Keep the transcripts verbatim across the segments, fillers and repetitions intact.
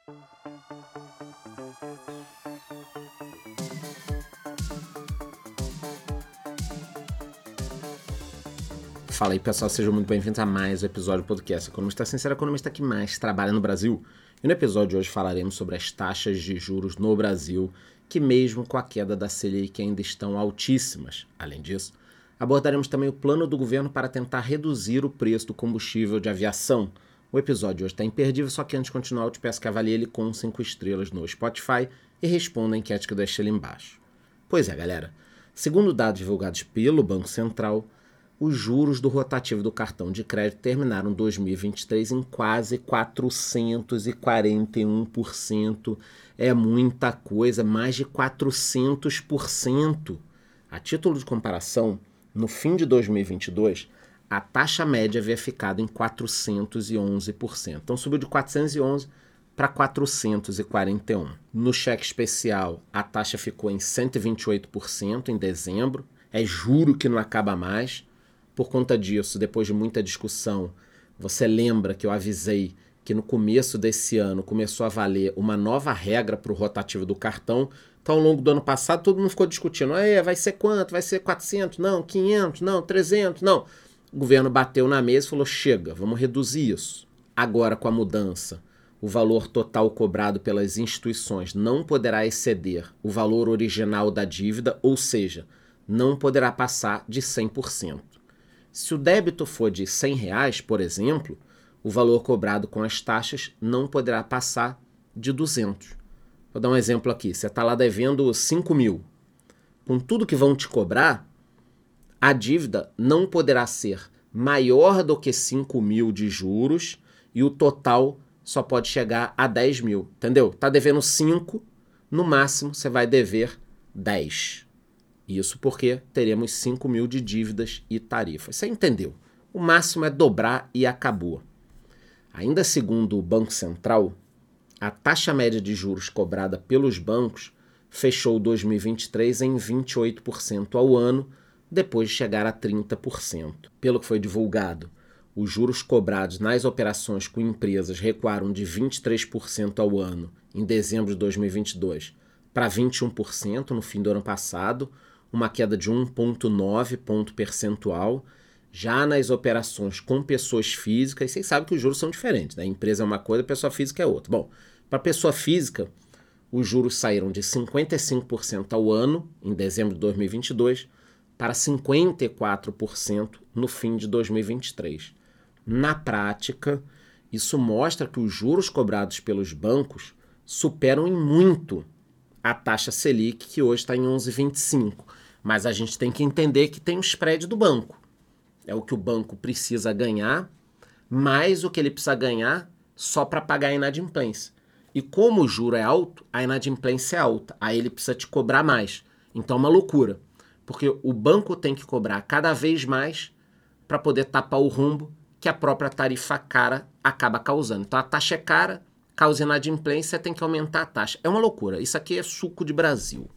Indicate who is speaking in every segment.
Speaker 1: Fala aí, pessoal, sejam muito bem-vindos a mais um episódio do podcast Economista Sincero, economista que mais trabalha no Brasil. E no episódio de hoje falaremos sobre as taxas de juros no Brasil, que mesmo com a queda da Selic ainda estão altíssimas. Além disso, abordaremos também o plano do governo para tentar reduzir o preço do combustível de aviação. O episódio de hoje está imperdível, só que antes de continuar eu te peço que avalie ele com cinco estrelas no Spotify e responda a enquete que eu deixei ali embaixo. Pois é, galera, segundo dados divulgados pelo Banco Central, os juros do rotativo do cartão de crédito terminaram dois mil e vinte e três em quase quatrocentos e quarenta e um por cento. É muita coisa, mais de quatrocentos por cento. A título de comparação, no fim de dois mil e vinte e dois, a taxa média havia ficado em quatrocentos e onze por cento. Então subiu de quatrocentos e onze para quatrocentos e quarenta e um. No cheque especial, a taxa ficou em cento e vinte e oito por cento em dezembro. É juro que não acaba mais. Por conta disso, depois de muita discussão, você lembra que eu avisei que no começo desse ano começou a valer uma nova regra para o rotativo do cartão. Então, ao longo do ano passado, todo mundo ficou discutindo. Vai ser quanto? Vai ser quatrocentos? Não, quinhentos? Não, trezentos? Não. O governo bateu na mesa e falou, chega, vamos reduzir isso. Agora, com a mudança, o valor total cobrado pelas instituições não poderá exceder o valor original da dívida, ou seja, não poderá passar de cem por cento. Se o débito for de cem reais, por exemplo, o valor cobrado com as taxas não poderá passar de duzentos. Vou dar um exemplo aqui. Você está lá devendo cinco mil. Com tudo que vão te cobrar, a dívida não poderá ser maior do que cinco mil de juros e o total só pode chegar a dez mil. Entendeu? Está devendo cinco, no máximo você vai dever dez. Isso porque teremos cinco mil de dívidas e tarifas. Você entendeu? O máximo é dobrar e acabou. Ainda segundo o Banco Central, a taxa média de juros cobrada pelos bancos fechou dois mil e vinte e três em vinte e oito por cento ao ano, depois de chegar a trinta por cento. Pelo que foi divulgado, os juros cobrados nas operações com empresas recuaram de vinte e três por cento ao ano em dezembro de dois mil e vinte e dois para vinte e um por cento no fim do ano passado, uma queda de um vírgula nove ponto percentual. Já nas operações com pessoas físicas, vocês sabem que os juros são diferentes, né? A empresa é uma coisa, a pessoa física é outra. Bom, para a pessoa física, os juros saíram de cinquenta e cinco por cento ao ano, em dezembro de dois mil e vinte e dois, para cinquenta e quatro por cento no fim de dois mil e vinte e três. Na prática, isso mostra que os juros cobrados pelos bancos superam em muito a taxa Selic, que hoje está em onze vírgula vinte e cinco. Mas a gente tem que entender que tem o spread do banco. É o que o banco precisa ganhar, mais o que ele precisa ganhar só para pagar a inadimplência. E como o juro é alto, a inadimplência é alta. Aí ele precisa te cobrar mais. Então é uma loucura. Porque o banco tem que cobrar cada vez mais para poder tapar o rombo que a própria tarifa cara acaba causando. Então a taxa é cara, causa inadimplência, tem que aumentar a taxa. É uma loucura. Isso aqui é suco de Brasil.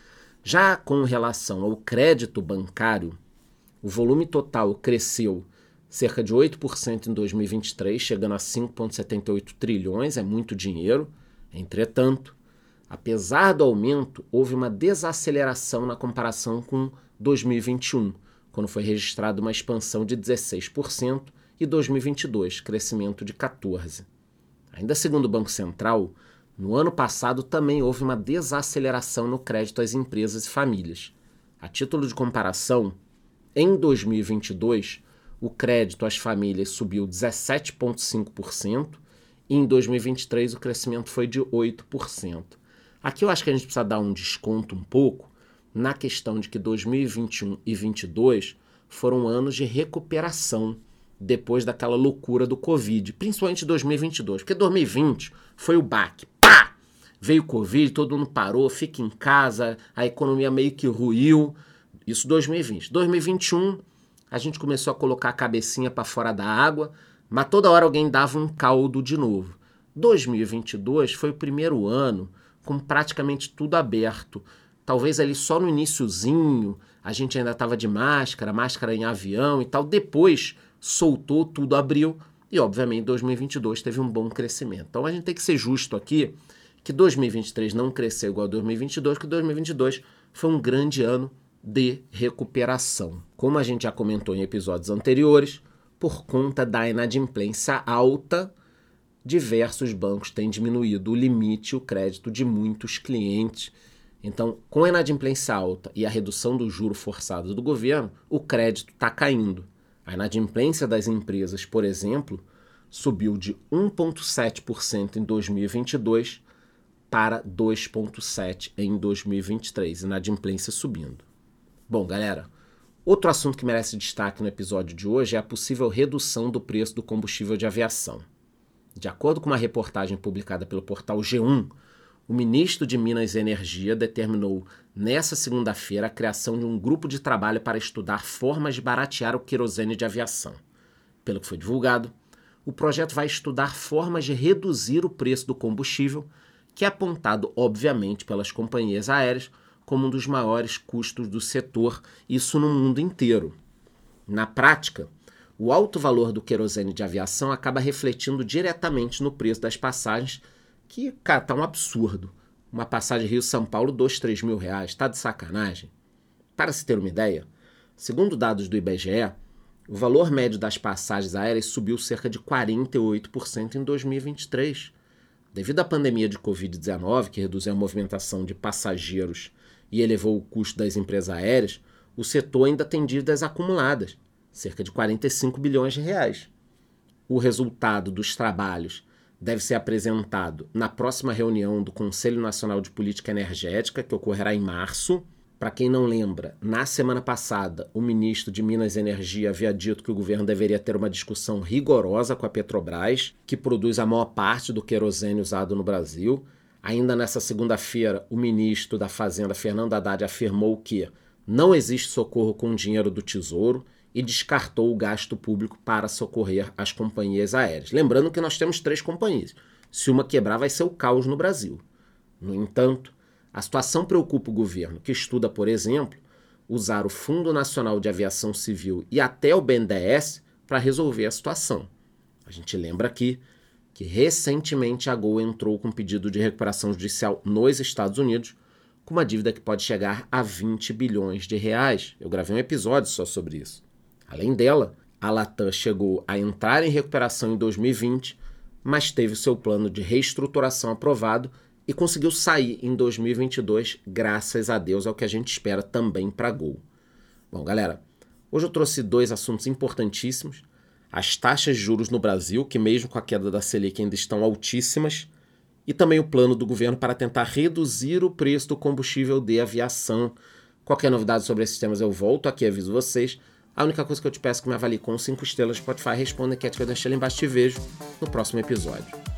Speaker 1: Já com relação ao crédito bancário, o volume total cresceu cerca de oito por cento em dois mil e vinte e três, chegando a cinco vírgula setenta e oito trilhões, é muito dinheiro. Entretanto, apesar do aumento, houve uma desaceleração na comparação com dois mil e vinte e um, quando foi registrada uma expansão de dezesseis por cento, e dois mil e vinte e dois, crescimento de quatorze por cento. Ainda segundo o Banco Central, no ano passado também houve uma desaceleração no crédito às empresas e famílias. A título de comparação, em dois mil e vinte e dois, o crédito às famílias subiu dezessete vírgula cinco por cento e em dois mil e vinte e três o crescimento foi de oito por cento. Aqui eu acho que a gente precisa dar um desconto um pouco na questão de que dois mil e vinte e um e dois mil e vinte e dois foram anos de recuperação depois daquela loucura do Covid, principalmente dois mil e vinte e dois, porque dois mil e vinte foi o baque. Pá! Veio o Covid, todo mundo parou, fica em casa, a economia meio que ruiu. Isso dois mil e vinte. dois mil e vinte e um, a gente começou a colocar a cabecinha para fora da água, mas toda hora alguém dava um caldo de novo. dois mil e vinte e dois foi o primeiro ano com praticamente tudo aberto. Talvez ali só no iniciozinho a gente ainda estava de máscara, máscara em avião e tal. Depois soltou, tudo abriu E, obviamente, dois mil e vinte e dois teve um bom crescimento. Então, a gente tem que ser justo aqui, que dois mil e vinte e três não cresceu igual a dois mil e vinte e dois, porque dois mil e vinte e dois foi um grande ano de recuperação. Como a gente já comentou em episódios anteriores, por conta da inadimplência alta, diversos bancos têm diminuído o limite e o crédito de muitos clientes. Então, com a inadimplência alta e a redução do juro forçado do governo, o crédito está caindo. A inadimplência das empresas, por exemplo, subiu de um vírgula sete por cento em dois mil e vinte e dois para dois vírgula sete por cento em dois mil e vinte e três, inadimplência subindo. Bom, galera, outro assunto que merece destaque no episódio de hoje é a possível redução do preço do combustível de aviação. De acordo com uma reportagem publicada pelo portal G um, o ministro de Minas e Energia determinou nesta segunda-feira a criação de um grupo de trabalho para estudar formas de baratear o querosene de aviação. Pelo que foi divulgado, o projeto vai estudar formas de reduzir o preço do combustível, que é apontado, obviamente, pelas companhias aéreas como um dos maiores custos do setor, isso no mundo inteiro. Na prática, o alto valor do querosene de aviação acaba refletindo diretamente no preço das passagens, que, cara, tá um absurdo. Uma passagem Rio-São Paulo, dois, três mil reais, tá de sacanagem? Para se ter uma ideia, segundo dados do I B G E, o valor médio das passagens aéreas subiu cerca de quarenta e oito por cento em dois mil e vinte e três. Devido à pandemia de covid dezenove, que reduziu a movimentação de passageiros e elevou o custo das empresas aéreas, o setor ainda tem dívidas acumuladas, cerca de quarenta e cinco bilhões de reais. O resultado dos trabalhos deve ser apresentado na próxima reunião do Conselho Nacional de Política Energética, que ocorrerá em março. Para quem não lembra, na semana passada, o ministro de Minas e Energia havia dito que o governo deveria ter uma discussão rigorosa com a Petrobras, que produz a maior parte do querosene usado no Brasil. Ainda nessa segunda-feira, o ministro da Fazenda, Fernando Haddad, afirmou que não existe socorro com dinheiro do Tesouro e descartou o gasto público para socorrer as companhias aéreas. Lembrando que nós temos três companhias. Se uma quebrar, vai ser o caos no Brasil. No entanto, a situação preocupa o governo, que estuda, por exemplo, usar o Fundo Nacional de Aviação Civil e até o B N D E S para resolver a situação. A gente lembra aqui que recentemente a Gol entrou com pedido de recuperação judicial nos Estados Unidos, com uma dívida que pode chegar a vinte bilhões de reais. Eu gravei um episódio só sobre isso. Além dela, a Latam chegou a entrar em recuperação em dois mil e vinte, mas teve seu plano de reestruturação aprovado e conseguiu sair em dois mil e vinte e dois, graças a Deus, é o que a gente espera também para a Gol. Bom, galera, hoje eu trouxe dois assuntos importantíssimos. As taxas de juros no Brasil, que mesmo com a queda da Selic ainda estão altíssimas, e também o plano do governo para tentar reduzir o preço do combustível de aviação. Qualquer novidade sobre esses temas eu volto aqui e aviso vocês. A única coisa que eu te peço é que me avalie com cinco estrelas no Spotify, responda a enquete que eu deixei ali embaixo e te vejo no próximo episódio.